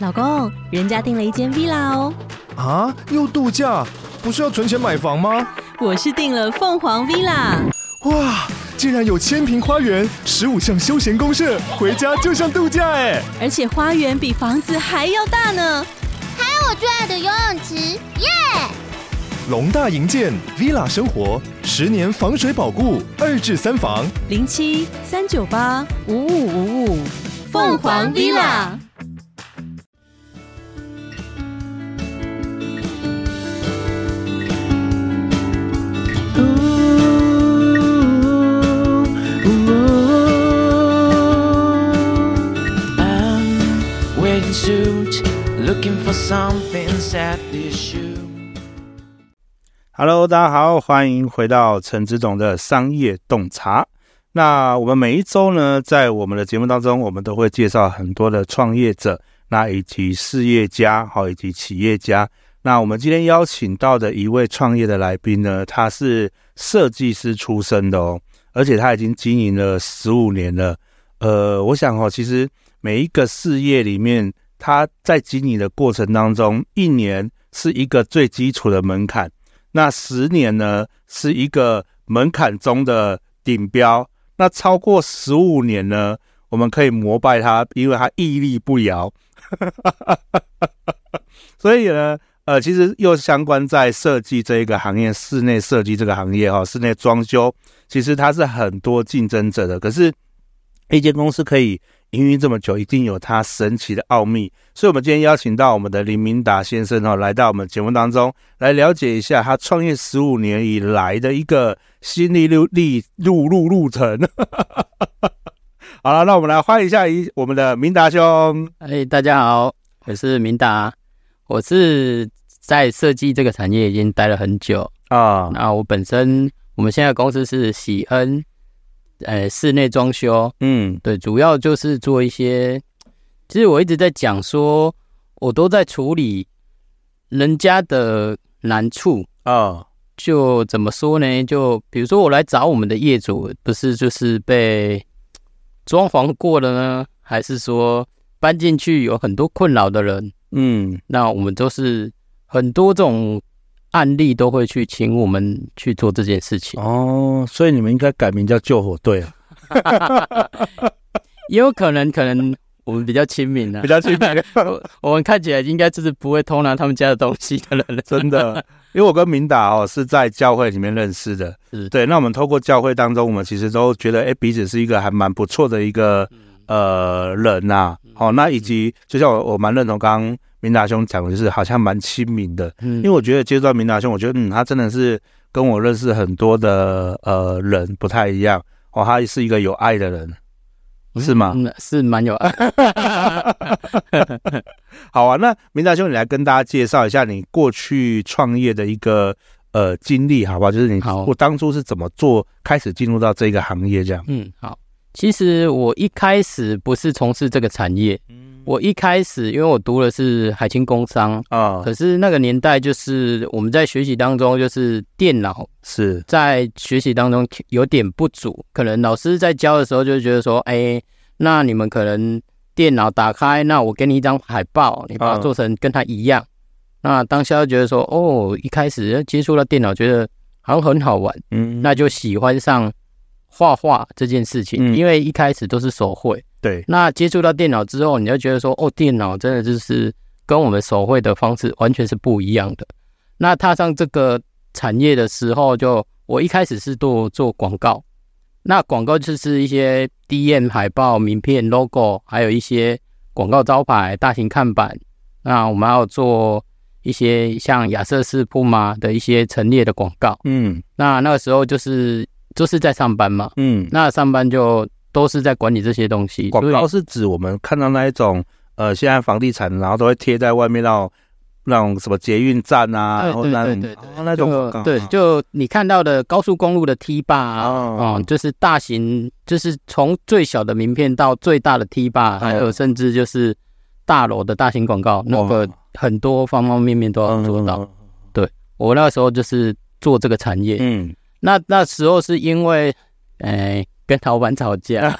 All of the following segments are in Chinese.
老公，人家订了一间 villa 哦。 啊，又度假？不是要存钱买房吗？ 我是订了凤凰 villa。 哇，竟然有1000坪花园，15项休闲公社，回家就像度假哎！ 而且花园比房子还要大呢。 还有我最爱的游泳池，耶！ 龙大营建 villa 生活，10年防水保固，2至3房 07-398-5555，凤凰 villa。 Looking for something sad issue. Hello， 大家好，欢迎回到陈之董的商业洞察。那我们每一周呢，在我们的节目当中，我们都会介绍很多的创业者，那以及事业家，以及企业家。那我们今天邀请到的一位创业的来宾呢，他是设计师出身的哦，而且他已经经营了15年了。我想其实每一个事业里面，他在经营的过程当中，1年是一个最基础的门槛，那10年呢是一个门槛中的顶标，那超过15年呢，我们可以膜拜他，因为他屹立不摇。所以呢，其实又相关在设计这一个行业，室内设计这个行业室内装修，其实它是很多竞争者的，可是一间公司可以营运这么久，一定有它神奇的奥秘。所以我们今天邀请到我们的林明达先生来到我们节目当中，来了解一下他创业15年以来的一个心路程。好了，那我们来欢迎一下我们的明达兄。 大家好，我是明达，我是在设计这个产业已经待了很久啊。那我们现在公司是喜恩室内装修，对，主要就是做一些，其实我一直在讲说，我都在处理人家的难处啊。就怎么说呢？就比如说我来找我们的业主，不是就是被装潢过了呢，还是说搬进去有很多困扰的人？那我们都是很多这种案例都会去请我们去做这件事情哦，所以你们应该改名叫救火队啊。 也有可能我们比较亲民啊， 比较亲民。 我们看起来应该就是不会偷拿他们家的东西的人， 真的。因为我跟明达是在教会里面认识的，对。那我们透过教会当中，我们其实都觉得彼此是一个还蛮不错的一个人呐。那以及就像我蛮认同刚刚明达兄讲的，就是好像蛮亲民的。因为我觉得接触到明达兄，我觉得他真的是跟我认识很多的人不太一样他是一个有爱的人，是吗？ 是蛮有爱。 好啊，那明达兄，你来跟大家介绍一下你过去创业的一个经历，好不好？就是我当初是怎么开始进入到这个行业这样。 好。其实我一开始不是从事这个产业，我一开始因为我读的是海清工商啊，可是那个年代就是我们在学习当中，就是电脑是在学习当中有点不足，可能老师在教的时候就觉得说，那你们可能电脑打开，那我给你一张海报，你把它做成跟它一样。那当下就觉得说，一开始接触到电脑，觉得好像很好玩，那就喜欢上画画这件事情，因为一开始都是手绘，对。那接触到电脑之后，你就觉得说，电脑真的就是跟我们手绘的方式完全是不一样的。那踏上这个产业的时候，我一开始是做广告，那广告就是一些 DM 海报、名片、logo， 还有一些广告招牌、大型看板。那我们还有做一些像亚瑟士、铺马的一些陈列的广告。那个时候就是在上班嘛，那上班就都是在管理这些东西。 广告是指我们看到那一种现在房地产，然后都会贴在外面那种什么捷运站啊，然后那种对，就你看到的高速公路的 T 坝啊，就是大型，就是从最小的名片到最大的 T 坝，还有甚至就是大楼的大型广告，那个很多方方面面都要做到。对，我那时候就是做这个产业。那时候是因为跟老板吵架，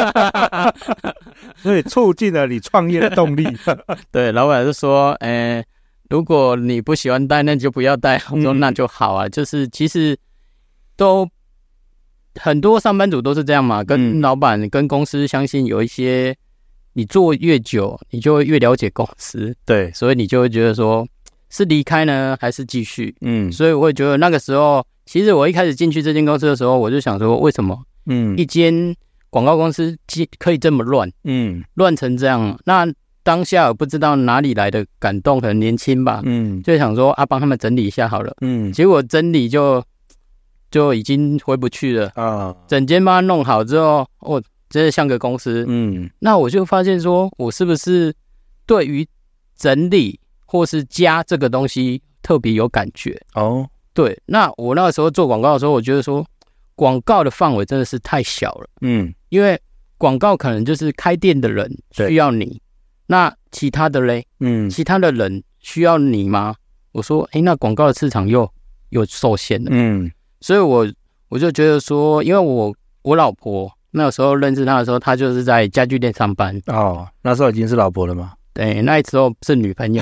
所以促进了你创业的动力。 对，老板就说，如果你不喜欢带，那你就不要带。我说那就好啊，就是其实都很多上班族都是这样嘛，跟老板、跟公司相信有一些，你做越久，你就会越了解公司， 对， 所以你就会觉得说，是离开呢，还是继续？所以我会觉得那个时候，其实我一开始进去这间公司的时候，我就想说，为什么？一间广告公司可以这么乱，乱成这样。那当下我不知道哪里来的感动，可能年轻吧，就想说帮他们整理一下好了，结果整理就已经回不去了啊。整间帮他弄好之后，真的像个公司，那我就发现说，我是不是对于整理或是家这个东西特别有感觉？对，那我那个时候做广告的时候，我觉得说，广告的范围真的是太小了，因为广告可能就是开店的人需要你，那其他的嘞，其他的人需要你吗？我说，那广告的市场又受限了，所以我就觉得说，因为我老婆那个时候认识她的时候，她就是在家具店上班。 那时候已经是老婆了吗？ 对，那时候是女朋友。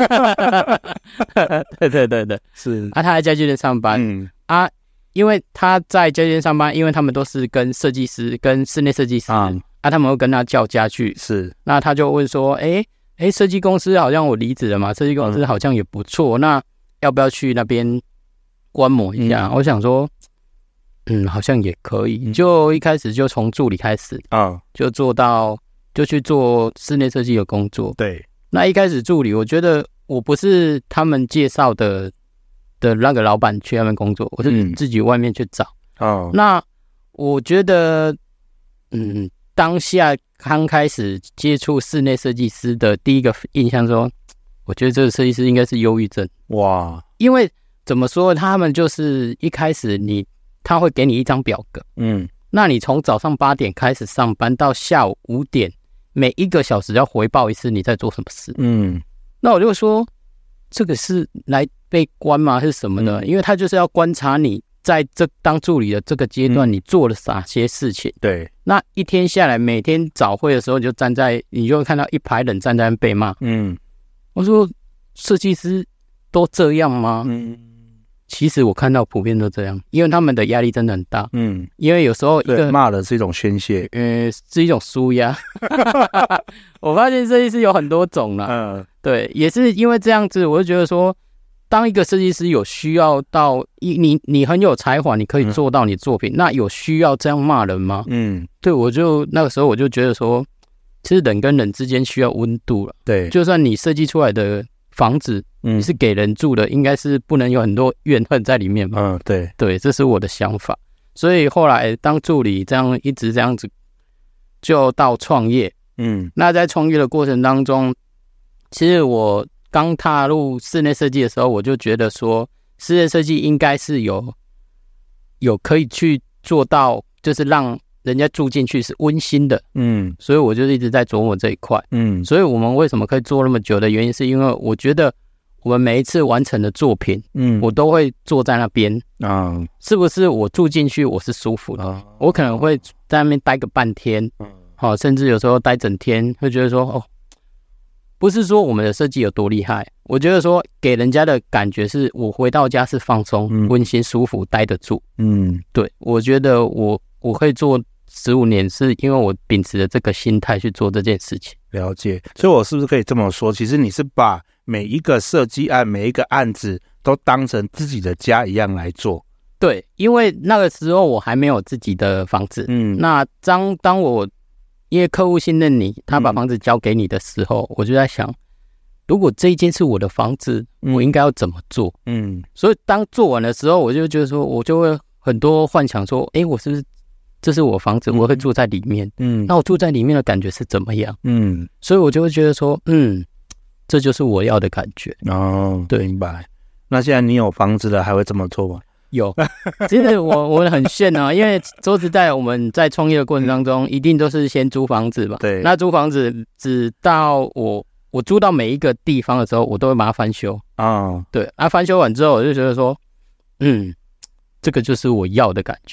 对， 是她在家具店上班，因为她在家具店上班，因为他们都是跟设计师、跟室内设计师他们会跟她叫家具， 是，那他就问说，设计公司好像我离职了嘛，设计公司好像也不错，那要不要去那边观摩一下？我想说，好像也可以，就一开始就从助理开始就去做室内设计的工作。 对， 那一开始助理，我觉得我不是他们介绍的那个老板去那边工作，我是自己外面去找。那我觉得，当下刚开始接触室内设计师的第一个印象说，我觉得这个设计师应该是忧郁症。哇，因为怎么说，他们就是一开始他会给你一张表格，那你从早上8点开始上班到下午5点，每1个小时要回报一次你在做什么事。那我就说，这个是来被关吗？还是什么的？因为他就是要观察你在当助理的这个阶段，你做了哪些事情。 对， 那一天下来，每天早会的时候，你就会看到一排人站在那边被骂。我说，设计师都这样吗？其实我看到普遍都这样，因为他们的压力真的很大。因为有时候骂的是一种宣泄， 是一种抒压。我发现设计师有很多种啦，对，也是因为这样子，我就觉得说，当一个设计师有需要到你很有才华，你可以做到你作品，那有需要这样骂人吗？对，那个时候我就觉得说，其实人跟人之间需要温度了。对，就算你设计出来的房子，你是给人住的，应该是不能有很多怨恨在里面嘛。对，这是我的想法。所以后来当助理，这样一直这样子，就到创业。那在创业的过程当中，其实我刚踏入室内设计的时候，我就觉得说，室内设计应该是有可以去做到，就是让人家住进去是温馨的。所以我就一直在琢磨这一块。所以我们为什么可以做那么久的原因，是因为我觉得我们每一次完成的作品，我都会坐在那边是不是我住进去我是舒服的？我可能会在那边待个半天，甚至有时候待整天，会觉得说，不是说我们的设计有多厉害，我觉得说给人家的感觉是我回到家是放松、温馨、舒服，待得住。对，我觉得我可以做15年，是因为我秉持着这个心态去做这件事情。 了解，所以我是不是可以这么说？其实你是把每一个设计案、每一个案子都当成自己的家一样来做。 对，因为那个时候我还没有自己的房子。那当我因为客户信任你，他把房子交给你的时候，我就在想，如果这一间是我的房子，我应该要怎么做？所以当做完的时候，我就觉得说，我就会很多幻想说，我是不是这是我房子，我会住在里面。那我住在里面的感觉是怎么样？所以我就会觉得说，这就是我要的感觉。 对，明白。那现在你有房子了，还会这么做吗？ 有，其实我很炫啊，因为说实在，我们在创业的过程当中，一定都是先租房子嘛。对，那租房子直到我租到每一个地方的时候，我都会把它翻修。对，翻修完之后，我就觉得说，这个就是我要的感觉。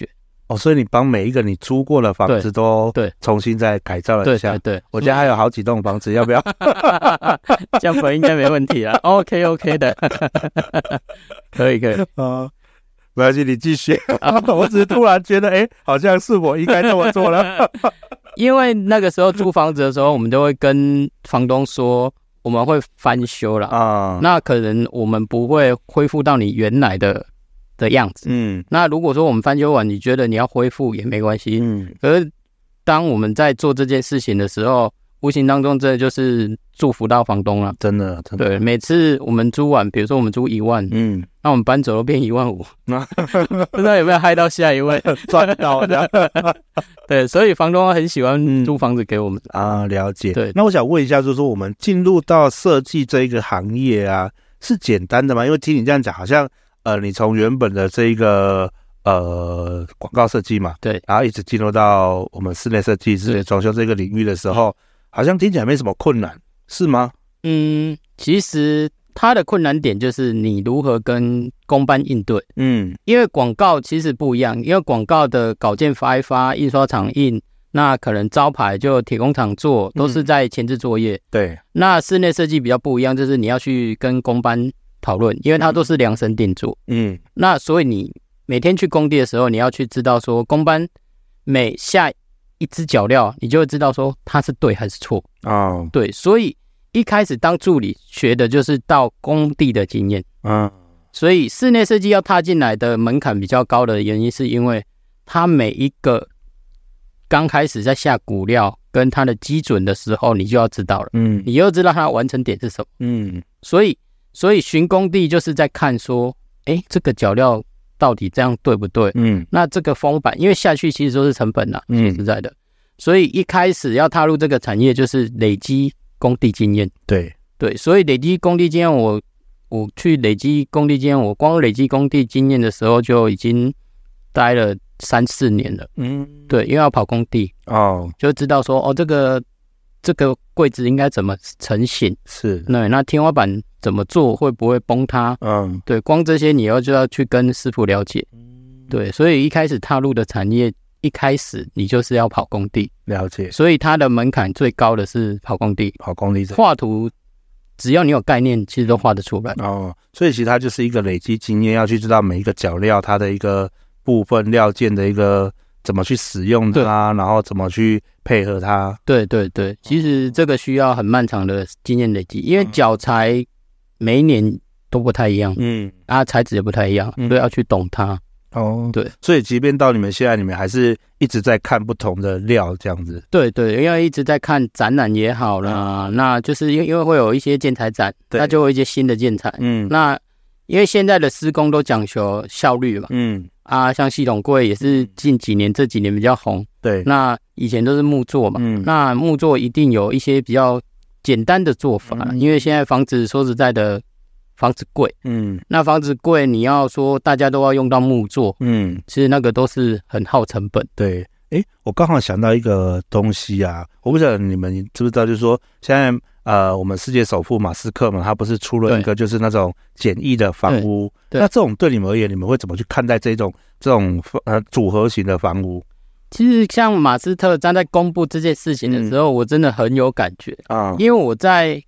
所以你帮每一个你租过的房子都重新再改造了一下。 对， 我家还有好几栋房子，要不要？ 这样本应该没问题啦。OK 的，可以没关系，你继续。我只是突然觉得，好像是我应该这么做了。 因为那个时候租房子的时候，我们都会跟房东说，我们会翻修啦。那可能我们不会恢复到你原来的样子。那如果说我们翻修完，你觉得你要恢复也没关系。可是当我们在做这件事情的时候，无形当中真的就是祝福到房东了。真的。对，每次我们租完，比如说我们租1万，那我们搬走了变15000，不知道有没有害到下一位赚到的。 对，所以房东很喜欢租房子给我们。 了解。 对， 那我想问一下，就是说我们进入到设计这一个行业啊，是简单的吗？因为听你这样讲，好像你从原本的这一个广告设计嘛，对，然后一直进入到我们室内设计、室内装修这个领域的时候，好像听起来没什么困难，是吗？ 其实它的困难点就是你如何跟工班应对。因为广告其实不一样，因为广告的稿件发一发，印刷厂印，那可能招牌就铁工厂做，都是在前置作业。对，那室内设计比较不一样，就是你要去跟工班讨论，因为它都是量身定做。那所以你每天去工地的时候，你要去知道说工班每下一支脚料，你就会知道说它是对还是错。对，所以一开始当助理学的就是到工地的经验。所以室内设计要踏进来的门槛比较高的原因，是因为它每一个刚开始在下骨料跟它的基准的时候，你就要知道了。你又知道它的完成点是什么。所以巡工地就是在看说，这个脚料到底这样对不对？那这个封板，因为下去其实都是成本啦，说实在的。所以一开始要踏入这个产业，就是累积工地经验。对，所以累积工地经验，我去累积工地经验，我光累积工地经验的时候就已经待了3-4年了。对，因为要跑工地就知道说这个柜子应该怎么成型，是对，那天花板怎么做，会不会崩塌？对，光这些你就要去跟师傅了解。对，所以一开始踏入的产业，一开始你就是要跑工地，了解。所以它的门槛最高的是跑工地，画图只要你有概念，其实都画得出来。 所以其实它就是一个累积经验，要去知道每一个脚料它的一个部分料件的一个怎么去使用它，然后怎么去配合它。对， 其实这个需要很漫长的经验累积，因为脚材每一年都不太一样，材质也不太一样，所以要去懂它。 对，所以即便到你们现在，你们还是一直在看不同的料这样子。对， 因为一直在看展览也好啦，那就是因为会有一些建材展，那就会有一些新的建材。那因为现在的施工都讲求效率嘛，像系统柜也是这几年比较红。对，那以前都是木作嘛，那木作一定有一些比较简单的做法，因为现在房子说实在的，房子贵，那房子贵，你要说大家都要用到木作，其实那个都是很耗成本。 对，我刚好想到一个东西啊，我不知道你们知不知道，就是说现在我们世界首富马斯克嘛，他不是出了一个就是那种简易的房屋，那这种对你们而言，你们会怎么去看待这种组合型的房屋？ 其实像马斯克站在公布这件事情的时候，我真的很有感觉因为我在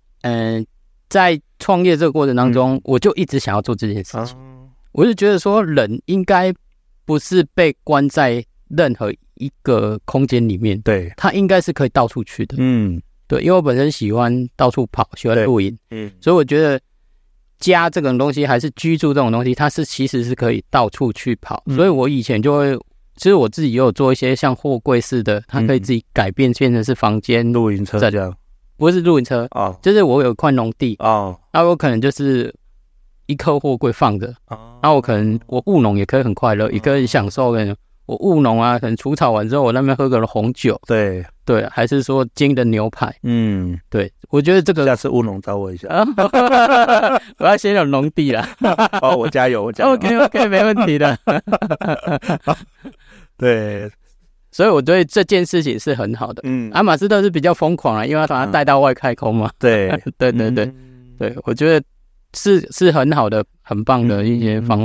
创业这个过程当中，我就一直想要做这件事情。我就觉得说，人应该不是被关在任何一个空间里面，对，他应该是可以到处去的。对，因为我本身喜欢到处跑，喜欢露营，所以我觉得家这种东西，还是居住这种东西，它其实是可以到处去跑。所以我以前就会，其实我自己也有做一些像货柜式的，它可以自己改变成是房间、 露营车这样。 不是露营车就是我有一块农地那我可能就是一颗货柜放着那我可能我务农也可以很快乐，也可以享受。我务农啊，可能除草完之后，我那边喝个红酒，对，还是说煎的牛排，对，我觉得这个下次务农找我一下我要先有农地啦我家有 OK 没问题的对， 所以我对这件事情是很好的。马斯克是比较疯狂啦，因为他把它带到外太空嘛。对，我觉得是很好的、很棒的一些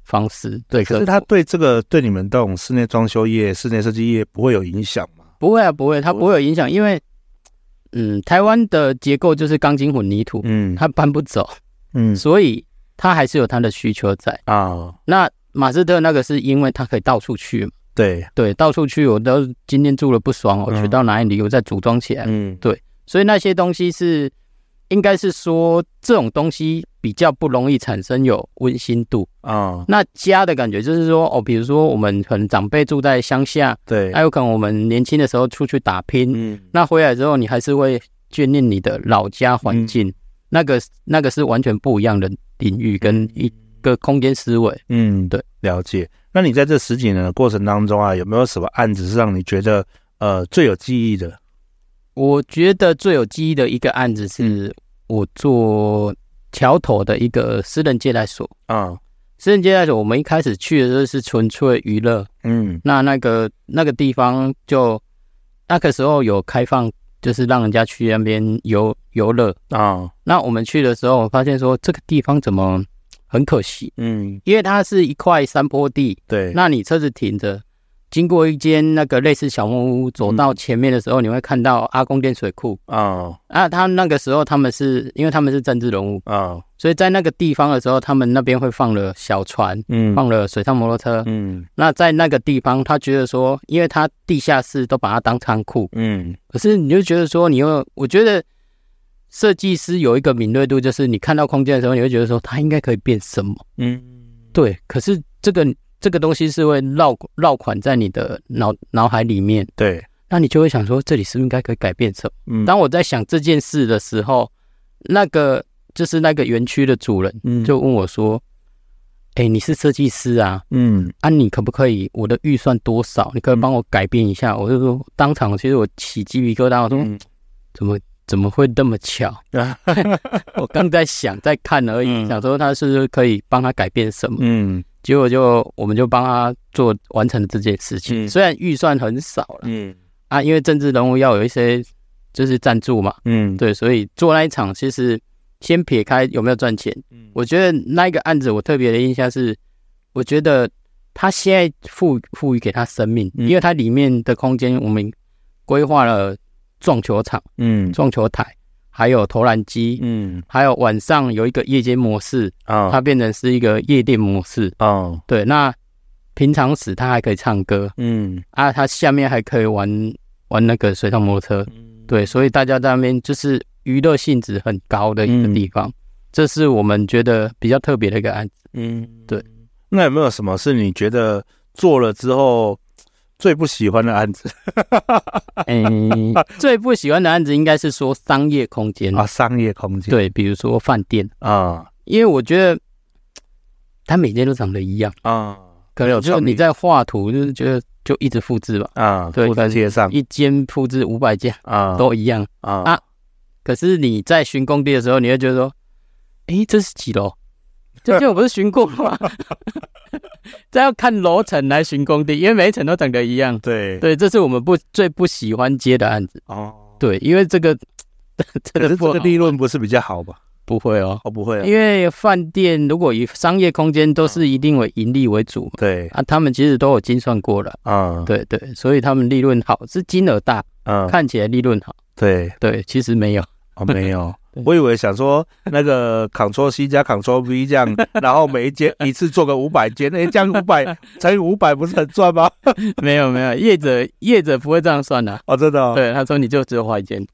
方式。对， 可是它对这个对你们这种室内装修业、室内设计业不会有影响吗？ 不会啊，不会，它不会有影响，因为台湾的结构就是钢筋混凝土，它搬不走，所以它还是有它的需求在啊。那马斯特那个是因为它可以到处去嘛，对，到处去，我都今天住了不爽，我去到哪里我再组装起来，对，所以那些东西是应该是说这种东西比较不容易产生有温馨度啊。那家的感觉就是说比如说我们可能长辈住在乡下，对，还有可能我们年轻的时候出去打拼，那回来之后你还是会眷恋你的老家环境，那个是完全不一样的领域跟一个空间思维，对， 了解。那你在这10几年的过程当中啊，有没有什么案子是让你觉得最有记忆的？ 我觉得最有记忆的一个案子是我做桥头的一个私人接待所啊。私人接待所我们一开始去的时候是纯粹娱乐，那个地方就那个时候有开放，就是让人家去那边游乐啊。那我们去的时候，我发现说这个地方怎么很可惜，因为它是一块山坡地，对，那你车子停着，经过一间那个类似小木屋，走到前面的时候，你会看到阿公店水库他那个时候因为他们是政治人物所以在那个地方的时候，他们那边会放了小船，放了水上摩托车，那在那个地方，他觉得说，因为他地下室都把它当仓库，可是你就觉得说，我觉得设计师有一个敏锐度，就是你看到空间的时候，你会觉得说，它应该可以变什么，对，可是这个东西是会绕款在你的脑海里面，对，那你就会想说，这里是不是应该可以改变什么？当我在想这件事的时候，就是那个园区的主人就问我说：“你是设计师啊，你可不可以？我的预算多少？你可以帮我改变一下？”我就说，当场其实我起鸡皮疙瘩，我说怎么会那么巧？我刚在想，在看而已，想说他是不是可以帮他改变什么？结果我们就帮他完成了这件事情。虽然预算很少了，因为政治人物要有一些就是赞助嘛，对，所以做那一场其实先撇开有没有赚钱，我觉得那一个案子我特别的印象是，我觉得他现在赋予给他生命，因为它里面的空间我们规划了撞球场，撞球台，还有投篮机，还有晚上有一个夜间模式，它变成是一个夜店模式，对，那平常时它还可以唱歌，它下面还可以玩那个水上摩托车，对，所以大家在那边就是娱乐性质很高的一个地方，这是我们觉得比较特别的一个案子，对。 那有没有什么是你觉得做了之后最不喜欢的案子？ 最不喜欢的案子应该是说商业空间啊，商业空间， 对，比如说饭店啊，因为我觉得它每间都长得一样啊，可能就你在画图，就是觉得就一直复制吧啊，对， 复制贴上一间复制500件啊，都一样啊。可是你在巡工地的时候，你会觉得说，这是几楼？这我不是巡过吗？这要看楼层来巡工地，因为每一层都长得一样。对，这是我们最不喜欢接的案子。对，因为这个可是这个利润不是比较好吧？ 不会哦， 不会啊。 因为饭店如果以商业空间都是一定为盈利为主嘛。对啊，他们其实都有精算过了啊。对，所以他们利润好，是金额大，看起来利润好。对，其实没有。 没有。我以为想说那个 Ctrl+C 加 Ctrl+V 这样，然后每一间一次做个500间，这样500乘以500不是很赚吗？ 没有，业者不会这样算的。 真的对，他说你就只有画一间，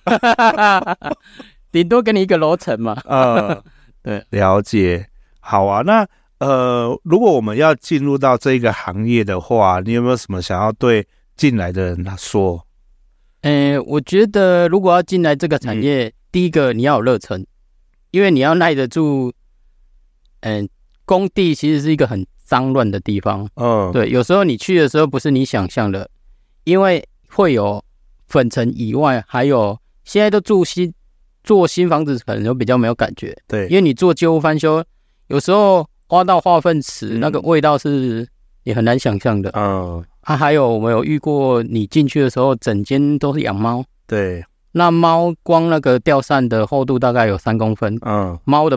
顶多给你一个楼层嘛。对， 了解。好啊，那如果我们要进入到这个行业的话，你有没有什么想要对进来的人说？ 我觉得如果要进来这个产业，第一个你要有热忱，因为你要耐得住。工地其实是一个很脏乱的地方。对，有时候你去的时候不是你想象的，因为会有粉尘以外，还有现在都做新房子可能就比较没有感觉。对，因为你做旧屋翻修，有时候挖到化粪池，那个味道是也很难想象的。还有我们有遇过，你进去的时候，整间都是养猫。对，那猫光那个吊扇的厚度大概有3公分。猫的毛，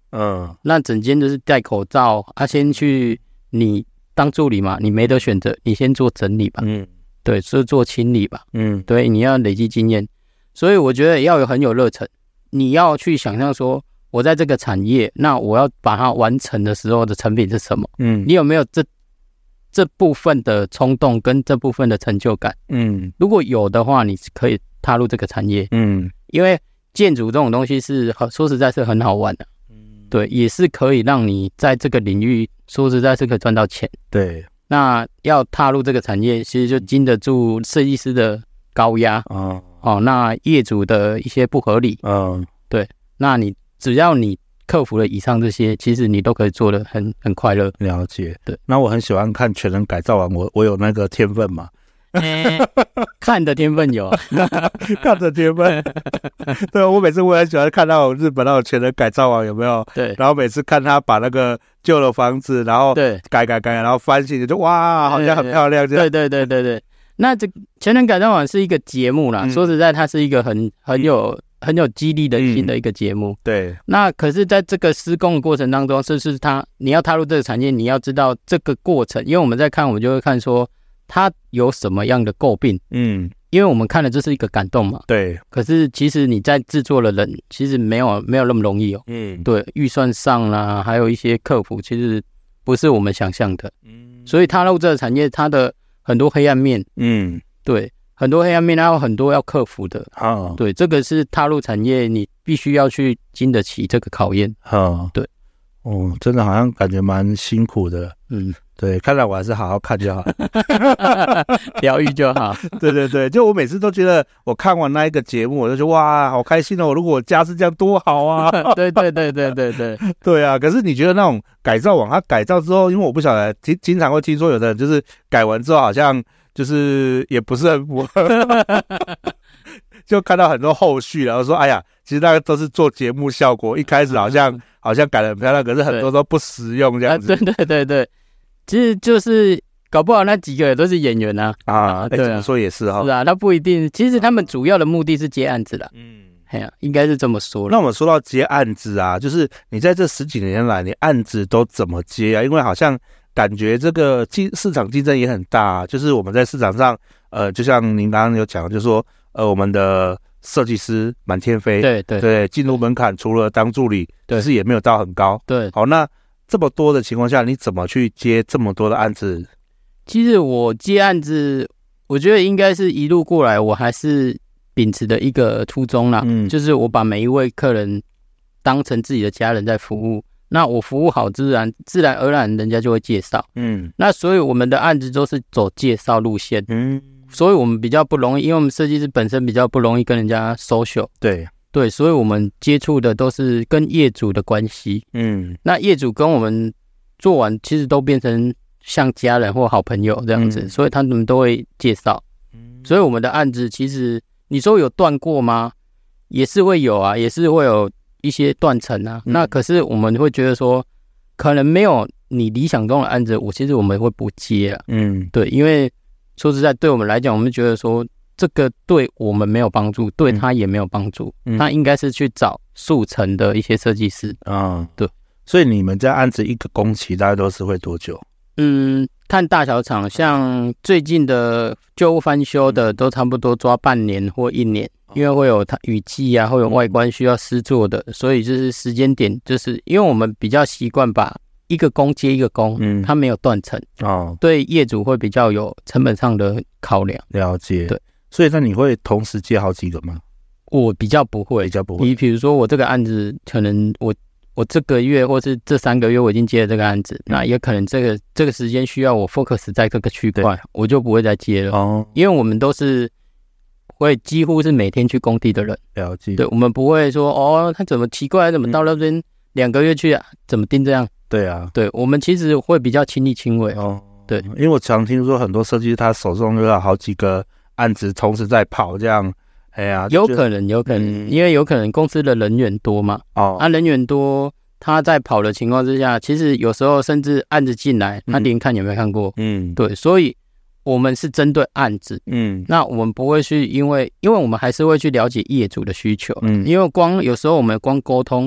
那整间就是戴口罩先去你当助理嘛，你没得选择，你先做整理吧，对，是做清理吧，对，你要累积经验，所以我觉得要很有热忱，你要去想象说，我在这个产业，那我要把它完成的时候的成品是什么？你有没有这部分的冲动跟这部分的成就感？如果有的话，你可以踏入这个产业，因为建筑这种东西是说实在是很好玩的，对，也是可以让你在这个领域说实在是可以赚到钱， 对。 那要踏入这个产业，其实就经得住设计师的高压，那业主的一些不合理，对，那你只要你克服了以上这些，其实你都可以做得很快乐。 了解， 对。 那我很喜欢看全人改造王，我有那个天分嘛？ 看的天分有， 看的天分。对，我每次我很喜欢看到日本那种全人改造王有没有？ 对。 然后每次看他把那个旧的房子，然后改，然后翻新，就哇，好像很漂亮这样。 对。那这全人改造王是一个节目啦，说实在，它是一个很有激励人心的一个节目。 对。 那可是在这个施工的过程当中，你要踏入这个产业，你要知道这个过程，因为我们在看，我们就会看说它有什么样的诟病。因为我们看的这是一个感动嘛。对。可是其实你在制作的人，其实没有那么容易哦。对，预算上啦，还有一些克服，其实不是我们想象的。所以踏入这个产业，它的很多黑暗面。对。很多黑暗面，还有很多要克服的。对，这个是踏入产业，你必须要去经得起这个考验。对， 真的好像感觉蛮辛苦的。对，看来我还是好好看就好， 疗愈就好。 对，就我每次都觉得，我看完那一个节目，我就觉得哇，好开心哦！如果我家是这样，多好啊！ 对。 对啊，可是你觉得那种改造网，它改造之后，因为我不晓得，经常会听说有的人就是改完之后好像。就是也不是很符合，就看到很多后续，然后说，哎呀，其实那个都是做节目效果，一开始好像改得很漂亮，可是很多都不实用这样子。 对，其实就是搞不好那几个也都是演员啊。 对，怎么说也是哈。 是啊，他不一定，其实他们主要的目的是接案子啦。应该是这么说。 那我们说到接案子啊，就是你在这10几年来，你案子都怎么接啊？因为好像。感觉这个市场竞争也很大，就是我们在市场上，就像您刚刚有讲，就是说，我们的设计师满天飞，对，进入门槛除了当助理，其实也没有到很高， 对。 好，那这么多的情况下，你怎么去接这么多的案子？ 其实我接案子，我觉得应该是一路过来，我还是秉持的一个初衷啦，就是我把每一位客人当成自己的家人在服务。那我服务好，自然而然人家就会介绍。那所以我们的案子都是走介绍路线。所以我们比较不容易，因为我们设计师本身比较不容易跟人家 social。对，所以我们接触的都是跟业主的关系。那业主跟我们做完，其实都变成像家人或好朋友这样子，所以他们都会介绍。所以我们的案子其实你说有断过吗？也是会有啊，也是会有。一些断层啊，那可是我们会觉得说，可能没有你理想中的案子，其实我们会不接啊。对，因为说实在，对我们来讲，我们觉得说这个对我们没有帮助，对他也没有帮助，他应该是去找速成的一些设计师。对， 所以你们家案子一个工期大概都是会多久？ 看大小厂，像最近的旧屋翻修的，都差不多抓半年或1年。因为会有它雨季啊，会有外观需要施作的，所以就是时间点，就是因为我们比较习惯把一个工接一个工，它没有断层对业主会比较有成本上的考量。 了解。 对， 所以那你会同时接好几个吗？ 我比较不会。比如说我这个案子，可能我这个月或是这3个月我已经接了这个案子，那也可能这个时间需要我 focus 在这个区块，我就不会再接了。因为我们都是。会几乎是每天去工地的人。 了解。 对，我们不会说他怎么奇怪，怎么到那边2个月去啊，怎么定这样？ 对啊， 对，我们其实会比较亲力亲为。对， 因为我常听说很多设计师他手中就有好几个案子同时在跑，这样， 有可能，因为有可能公司的人员多嘛。人员多，他在跑的情况之下，其实有时候甚至案子进来，他连看有没有看过。对，所以。我们是针对案子，那我们不会去，因为我们还是会去了解业主的需求，因为有时候我们光沟通，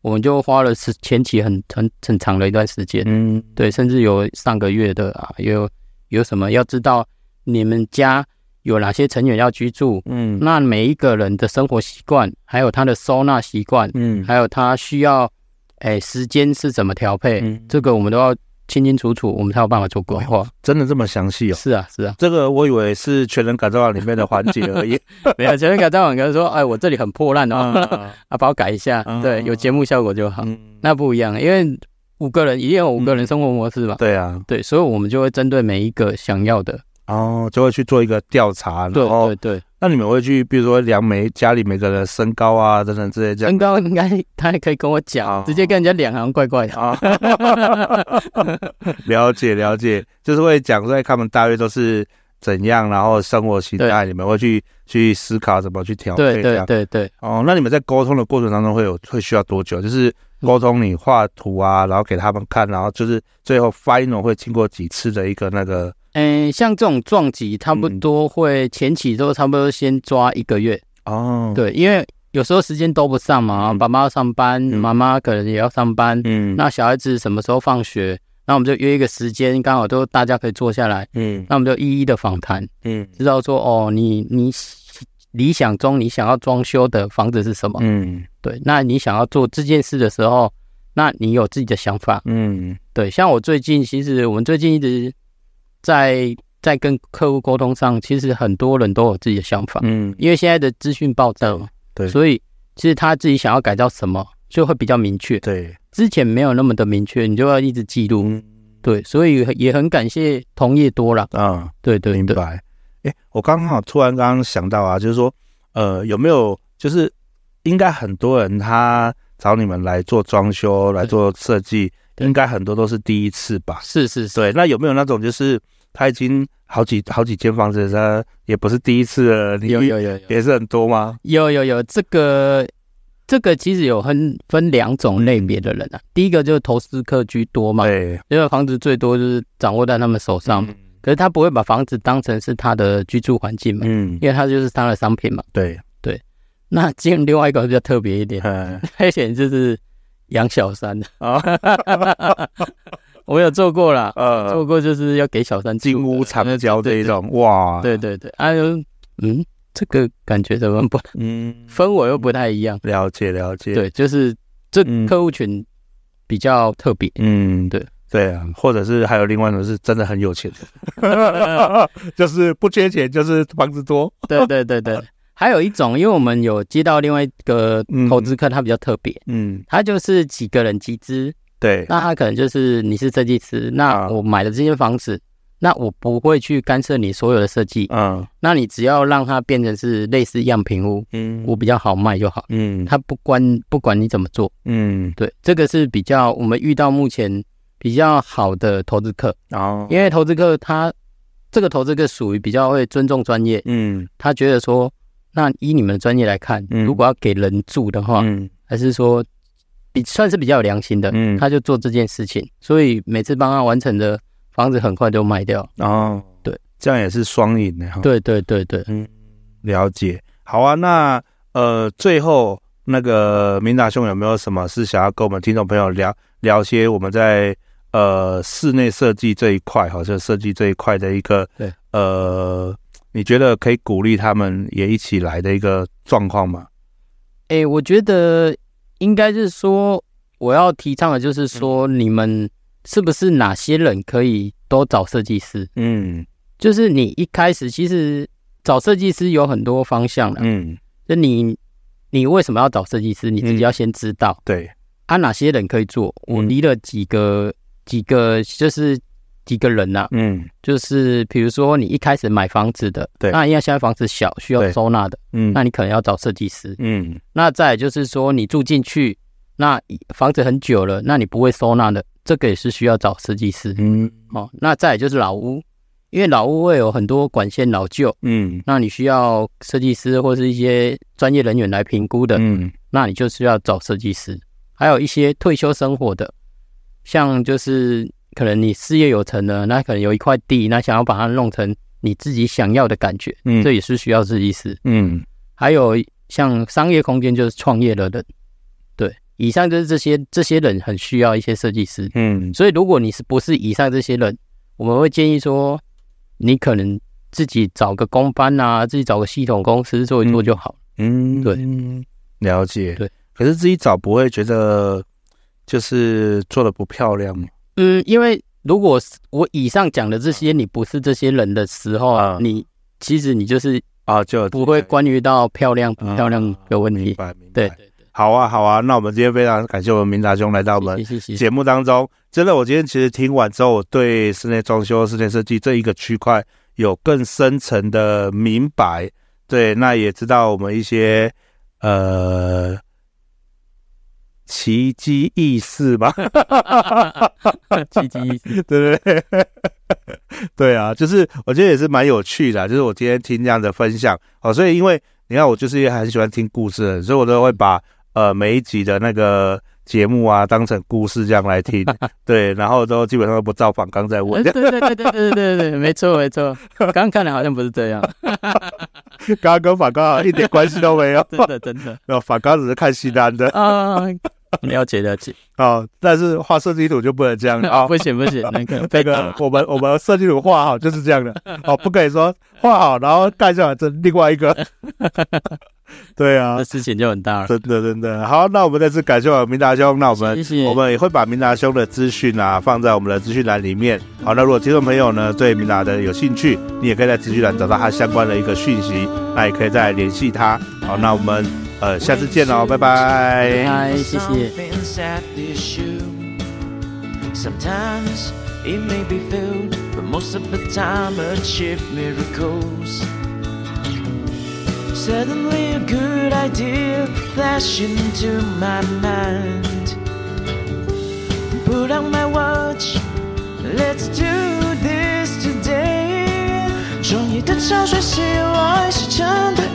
我们就花了前期很长的一段时间，对，甚至有上个月的啊，有什么要知道你们家有哪些成员要居住，那每一个人的生活习惯，还有他的收纳习惯，还有他需要时间是怎么调配，这个我们都要清清楚楚，我们才有办法做规划。 真的这么详细哦？ 是啊，是啊。这个我以为是全人改造网里面的环节而已。 没有，全人改造网可能说，我这里很破烂哦，帮我改一下，对，有节目效果就好。那不一样，因为5个人一定有5个人生活模式嘛。 对啊， 对，所以我们就会针对每一个想要的， 就会去做一个调查。 对。 那你们会去，比如说量家里每个人的身高啊，等等之类这样。 身高应该他也可以跟我讲，直接跟人家量好像怪怪的。 了解，就是会讲说他们大约都是怎样，然后生活形态，你们会去思考怎么去调配。 对。 那你们在沟通的过程当中会需要多久？就是沟通你画图啊，然后给他们看，然后就是最后 final 会经过几次的一个那个。 像这种撞击差不多会前期都差不多先抓1个月对，因为有时候时间都不上嘛，爸爸要上班，妈妈可能也要上班，那小孩子什么时候放学，那我们就约一个时间，刚好都大家可以坐下来，那我们就一一的访谈，知道说你理想中你想要装修的房子是什么，对，那你想要做这件事的时候，那你有自己的想法，对，像我其实我们最近一直在跟客户沟通上，其实很多人都有自己的想法，因为现在的资讯爆炸嘛，对，所以其实他自己想要改造什么，就会比较明确，对，之前没有那么的明确，你就要一直记录，对，所以也很感谢同业多啦，对，明白。 我刚刚想到啊，就是说，有没有就是应该很多人他找你们来做装修、来做设计，应该很多都是第一次吧？是，对。那有没有那种就是他已经好几间房子，他也不是第一次了？有，也是很多吗？ 有，这个其实有分2种类别的人啊。第一个就是投资客居多嘛，对，因为房子最多就是掌握在他们手上。可是他不会把房子当成是他的居住环境嘛，因为他就是他的商品嘛。对。那另外一个比较特别一点，而且就是养小三的我有做过啦，做过就是要给小三进屋藏娇这一种，哇， 对，这个感觉怎么不，氛围又不太一样。了解，对，就是这客户群比较特别， 对啊，或者是还有另外一种是真的很有钱就是不缺钱，就是房子多。 对，还有一种，因为我们有接到另外一个投资客，他比较特别，他就是几个人集资，对，那他可能就是你是设计师，那我买了这间房子，那我不会去干涉你所有的设计，那你只要让它变成是类似样品屋，我比较好卖就好，他不管你怎么做，对，这个是比较我们遇到目前比较好的投资客，因为投资客这个投资客属于比较会尊重专业，他觉得说，那以你们的专业来看，如果要给人住的话，还是说算是比较有良心的，他就做这件事情，所以每次帮他完成的房子很快就卖掉。对， 这样也是双赢的。 对， 了解。好啊，那最后那个明达兄有没有什么是想要跟我们听众朋友聊些我们在室内设计这一块，好像设计这一块的一个你觉得可以鼓励他们也一起来的一个状况吗？ 我觉得应该是说，我要提倡的就是说，你们是不是哪些人可以都找设计师？就是你一开始其实找设计师有很多方向啦，就你为什么要找设计师，你自己要先知道，对啊，哪些人可以做？我离了几个就是几个人啊，就是比如说你一开始买房子的，对，那因为现在房子小，需要收纳的，那你可能要找设计师，那再来就是说你住进去，那房子很久了，那你不会收纳的，这个也是需要找设计师，那再来就是老屋，因为老屋会有很多管线老旧，那你需要设计师或是一些专业人员来评估的，那你就是要找设计师，还有一些退休生活的，像就是可能你事业有成了，那可能有一块地，那想要把它弄成你自己想要的感觉，这也是需要设计师。还有像商业空间就是创业的人，对， 以上就是这些人很需要一些设计师，所以如果你不是以上这些人，我们会建议说，你可能自己找个工班啊，自己找个系统公司做一做就好。对， 了解。 对， 可是自己找不会觉得就是做的不漂亮吗？ 因为如果我以上讲的这些你不是这些人的时候，其实你就是就不会关于到漂亮不漂亮的问题。 明白。 对。 好啊，那我们今天非常感谢我们明达兄来到我们节目当中。真的，我今天其实听完之后，我对室内装修、室内设计这一个区块有更深层的明白。对，那也知道我们一些奇迹意识吧， 奇迹意识， 对对对，对啊，就是我觉得也是蛮有趣的，就是我今天听这样的分享所以因为你看我就是也很喜欢听故事的人，所以我都会把每一集的那个节目啊当成故事这样来听，对，然后都基本上都不照访纲在问。 对，没错，刚刚看来好像不是这样， 刚刚跟访纲一点关系都没有， 真的， 没有，访纲只是看西单的了解但是画设计图就不能这样不行，那个我们设计图画好就是这样的不可以说画好然后盖上来这另外一个对啊， 这事情就很大了， 真的。好，那我们再次感谢我们明达兄，那我们也会把明达兄的资讯放在我们的资讯栏里面。好，那如果听众朋友呢对明达的有兴趣，你也可以在资讯栏找到他相关的一个讯息，那也可以再联系他。好，那我们下次见喽，拜拜， 谢谢。 Sometimes it may be filled, but most of the time achieve miracles. Suddenly a good idea flashed into my mind. Put on my watch, let's do this today. 创意的潮水袭来，是真的